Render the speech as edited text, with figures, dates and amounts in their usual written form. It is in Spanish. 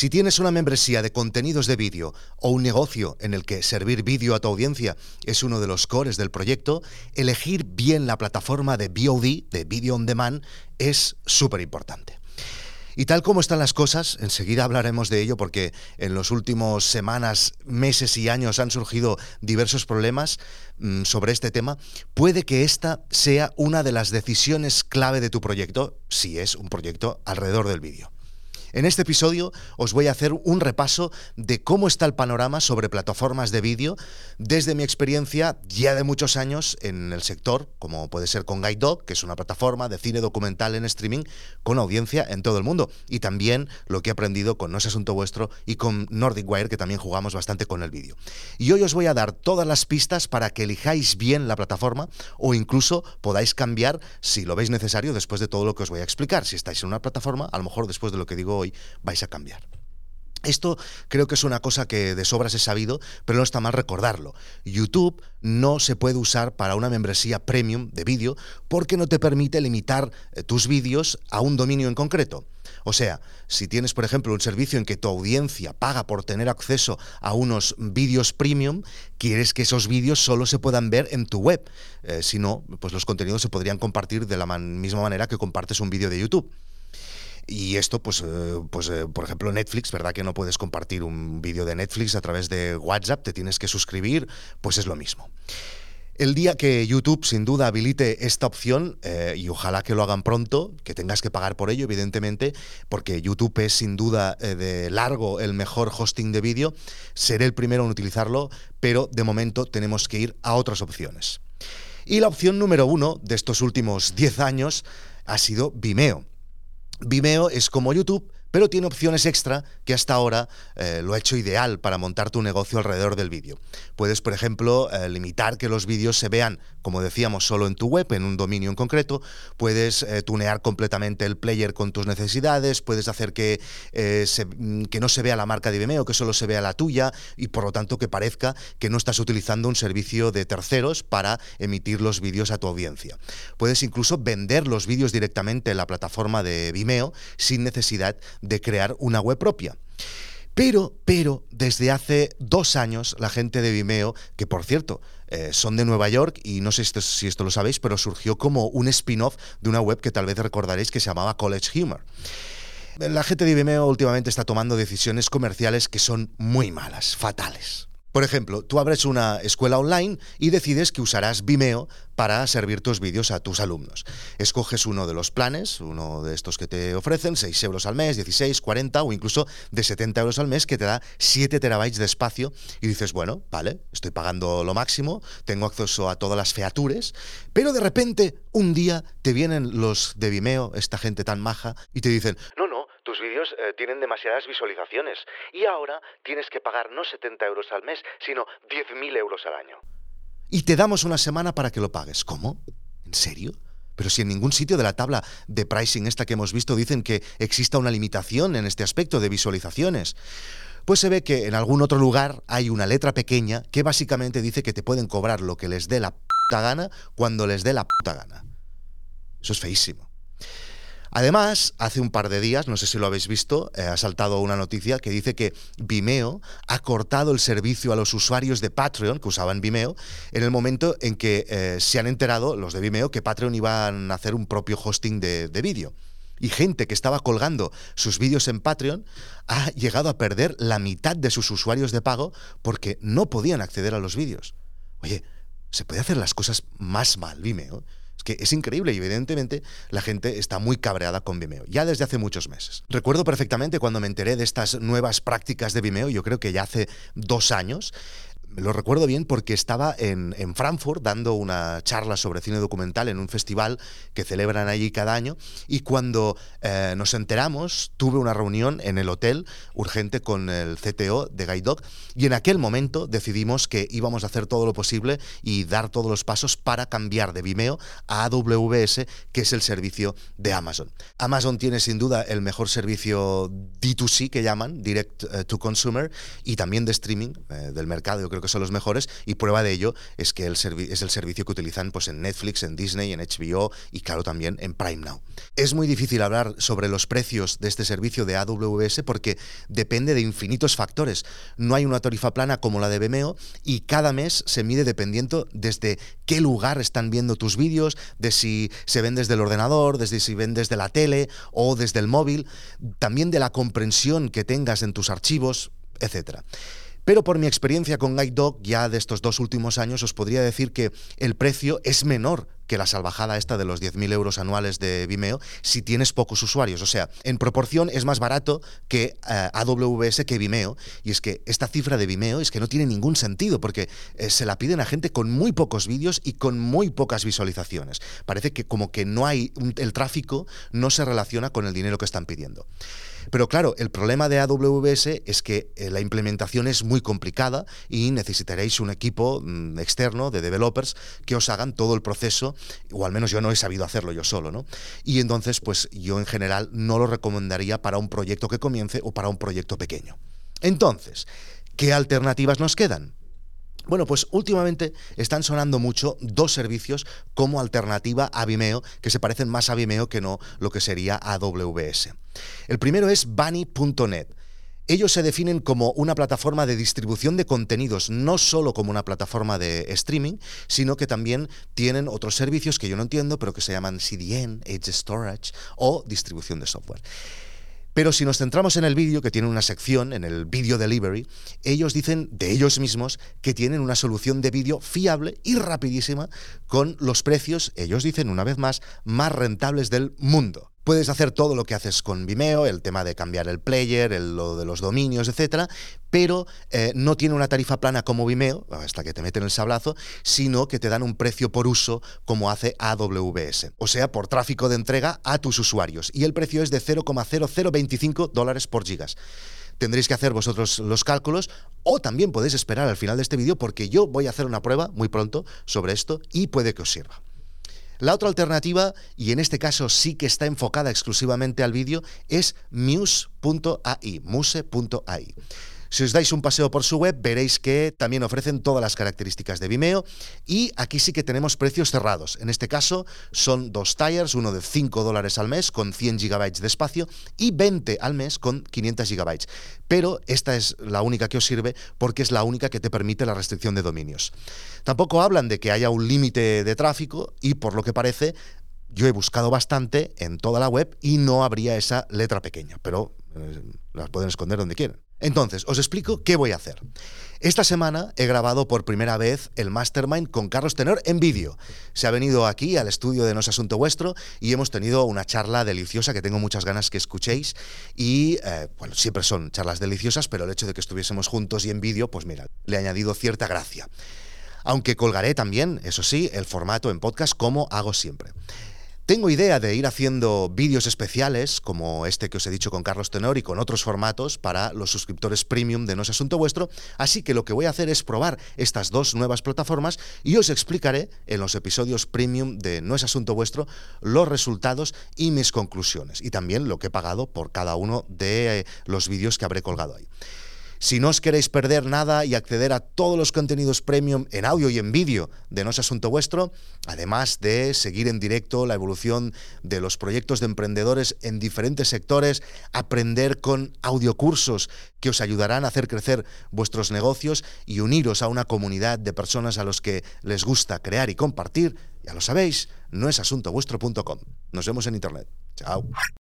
Si tienes una membresía de contenidos de vídeo o un negocio en el que servir vídeo a tu audiencia es uno de los cores del proyecto, elegir bien la plataforma de VOD, de Video On Demand, es súper importante. Y tal como están las cosas, enseguida hablaremos de ello porque en las últimas semanas, meses y años han surgido diversos problemas sobre este tema, puede que esta sea una de las decisiones clave de tu proyecto, si es un proyecto alrededor del vídeo. En este episodio os voy a hacer un repaso de cómo está el panorama sobre plataformas de vídeo desde mi experiencia ya de muchos años en el sector, como puede ser con Guide Dog, que es una plataforma de cine documental en streaming con audiencia en todo el mundo, y también lo que he aprendido con No es Asunto Vuestro y con Nordic Wire, que también jugamos bastante con el vídeo. Y hoy os voy a dar todas las pistas para que elijáis bien la plataforma o incluso podáis cambiar si lo veis necesario después de todo lo que os voy a explicar. Si estáis en una plataforma, a lo mejor después de lo que digo hoy vais a cambiar. Esto creo que es una cosa que de sobras he sabido, pero no está mal recordarlo. YouTube no se puede usar para una membresía premium de vídeo porque no te permite limitar tus vídeos a un dominio en concreto. O sea, si tienes, por ejemplo, un servicio en que tu audiencia paga por tener acceso a unos vídeos premium, quieres que esos vídeos solo se puedan ver en tu web. Si no, pues los contenidos se podrían compartir de la misma manera que compartes un vídeo de YouTube. Y esto, por ejemplo, Netflix, ¿verdad? Que no puedes compartir un vídeo de Netflix a través de WhatsApp, te tienes que suscribir, pues es lo mismo. El día que YouTube sin duda habilite esta opción, y ojalá que lo hagan pronto, que tengas que pagar por ello, evidentemente, porque YouTube es sin duda de largo el mejor hosting de vídeo, seré el primero en utilizarlo, pero de momento tenemos que ir a otras opciones. Y la opción número 1 de estos últimos 10 años ha sido Vimeo. Vimeo es como YouTube, pero tiene opciones extra que hasta ahora lo ha hecho ideal para montar tu negocio alrededor del vídeo. Puedes, por ejemplo, limitar que los vídeos se vean, como decíamos, solo en tu web, en un dominio en concreto. Puedes tunear completamente el player con tus necesidades. Puedes hacer que no se vea la marca de Vimeo, que solo se vea la tuya y, por lo tanto, que parezca que no estás utilizando un servicio de terceros para emitir los vídeos a tu audiencia. Puedes incluso vender los vídeos directamente en la plataforma de Vimeo sin necesidad de crear una web propia. Pero, desde hace 2 años, la gente de Vimeo, que por cierto, son de Nueva York, y no sé si esto lo sabéis, pero surgió como un spin-off de una web que tal vez recordaréis que se llamaba College Humor. La gente de Vimeo últimamente está tomando decisiones comerciales que son muy malas, fatales. Por ejemplo, tú abres una escuela online y decides que usarás Vimeo para servir tus vídeos a tus alumnos. Escoges uno de los planes, uno de estos que te ofrecen, 6 euros al mes, 16, 40 o incluso de 70 euros al mes, que te da 7 terabytes de espacio y dices, bueno, vale, estoy pagando lo máximo, tengo acceso a todas las features, pero de repente un día te vienen los de Vimeo, esta gente tan maja, y te dicen, no, tus vídeos tienen demasiadas visualizaciones y ahora tienes que pagar no 70 euros al mes, sino 10.000 euros al año. Y te damos una semana para que lo pagues. ¿Cómo? ¿En serio? Pero si en ningún sitio de la tabla de pricing esta que hemos visto dicen que exista una limitación en este aspecto de visualizaciones. Pues se ve que en algún otro lugar hay una letra pequeña que básicamente dice que te pueden cobrar lo que les dé la puta gana cuando les dé la puta gana. Eso es feísimo. Además, hace un par de días, no sé si lo habéis visto, ha saltado una noticia que dice que Vimeo ha cortado el servicio a los usuarios de Patreon, que usaban Vimeo, en el momento en que se han enterado, los de Vimeo, que Patreon iban a hacer un propio hosting de vídeo. Y gente que estaba colgando sus vídeos en Patreon ha llegado a perder la mitad de sus usuarios de pago porque no podían acceder a los vídeos. Oye, ¿se puede hacer las cosas más mal, Vimeo? Es que es increíble y evidentemente la gente está muy cabreada con Vimeo, ya desde hace muchos meses. Recuerdo perfectamente cuando me enteré de estas nuevas prácticas de Vimeo, yo creo que ya hace 2 años, lo recuerdo bien porque estaba en Frankfurt dando una charla sobre cine documental en un festival que celebran allí cada año, y cuando nos enteramos tuve una reunión en el hotel urgente con el CTO de Guide Dog, y en aquel momento decidimos que íbamos a hacer todo lo posible y dar todos los pasos para cambiar de Vimeo a AWS, que es el servicio de Amazon. Amazon tiene sin duda el mejor servicio D2C que llaman, Direct to Consumer, y también de streaming del mercado. Yo creo que son los mejores, y prueba de ello es que es el servicio que utilizan pues, en Netflix, en Disney, en HBO y claro también en Prime Now. Es muy difícil hablar sobre los precios de este servicio de AWS porque depende de infinitos factores. No hay una tarifa plana como la de Vimeo y cada mes se mide dependiendo desde qué lugar están viendo tus vídeos, de si se ven desde el ordenador, desde si ven desde la tele o desde el móvil, también de la comprensión que tengas en tus archivos, etcétera. Pero por mi experiencia con Guide Dog ya de estos 2 últimos años os podría decir que el precio es menor que la salvajada esta de los 10.000 euros anuales de Vimeo si tienes pocos usuarios. O sea, en proporción es más barato que AWS que Vimeo. Y es que esta cifra de Vimeo es que no tiene ningún sentido porque se la piden a gente con muy pocos vídeos y con muy pocas visualizaciones. Parece que como que no hay, el tráfico no se relaciona con el dinero que están pidiendo. Pero claro, el problema de AWS es que la implementación es muy complicada y necesitaréis un equipo externo de developers que os hagan todo el proceso, o al menos yo no he sabido hacerlo yo solo, ¿no? Y entonces, pues yo en general no lo recomendaría para un proyecto que comience o para un proyecto pequeño. Entonces, ¿qué alternativas nos quedan? Bueno, pues últimamente están sonando mucho 2 servicios como alternativa a Vimeo, que se parecen más a Vimeo que no lo que sería AWS. El primero es Bunny.net. Ellos se definen como una plataforma de distribución de contenidos, no solo como una plataforma de streaming, sino que también tienen otros servicios que yo no entiendo, pero que se llaman CDN, Edge Storage o distribución de software. Pero si nos centramos en el vídeo, que tiene una sección, en el Video Delivery, ellos dicen de ellos mismos que tienen una solución de vídeo fiable y rapidísima con los precios, ellos dicen una vez más rentables del mundo. Puedes hacer todo lo que haces con Vimeo, el tema de cambiar el player, lo de los dominios, etcétera, pero no tiene una tarifa plana como Vimeo, hasta que te meten el sablazo, sino que te dan un precio por uso como hace AWS, o sea, por tráfico de entrega a tus usuarios, y el precio es de $0,0025 por gigas. Tendréis que hacer vosotros los cálculos o también podéis esperar al final de este vídeo porque yo voy a hacer una prueba muy pronto sobre esto y puede que os sirva. La otra alternativa, y en este caso sí que está enfocada exclusivamente al vídeo, es Muse.ai. Si os dais un paseo por su web, veréis que también ofrecen todas las características de Vimeo y aquí sí que tenemos precios cerrados. En este caso son 2 tiers, uno de $5 al mes con 100 GB de espacio y 20 al mes con 500 GB. Pero esta es la única que os sirve porque es la única que te permite la restricción de dominios. Tampoco hablan de que haya un límite de tráfico y por lo que parece yo he buscado bastante en toda la web y no habría esa letra pequeña, pero las pueden esconder donde quieran. Entonces, os explico qué voy a hacer. Esta semana he grabado por primera vez el Mastermind con Carlos Tenor en vídeo. Se ha venido aquí al estudio de No es Asunto Vuestro y hemos tenido una charla deliciosa que tengo muchas ganas que escuchéis y, bueno, siempre son charlas deliciosas, pero el hecho de que estuviésemos juntos y en vídeo, pues mira, le ha añadido cierta gracia. Aunque colgaré también, eso sí, el formato en podcast como hago siempre. Tengo idea de ir haciendo vídeos especiales, como este que os he dicho con Carlos Tenor y con otros formatos para los suscriptores premium de No es Asunto Vuestro, así que lo que voy a hacer es probar estas 2 nuevas plataformas y os explicaré en los episodios premium de No es Asunto Vuestro los resultados y mis conclusiones, y también lo que he pagado por cada uno de los vídeos que habré colgado ahí. Si no os queréis perder nada y acceder a todos los contenidos premium en audio y en vídeo de No es Asunto Vuestro, además de seguir en directo la evolución de los proyectos de emprendedores en diferentes sectores, aprender con audiocursos que os ayudarán a hacer crecer vuestros negocios y uniros a una comunidad de personas a los que les gusta crear y compartir, ya lo sabéis, noesasuntovuestro.com. Nos vemos en internet. Chao.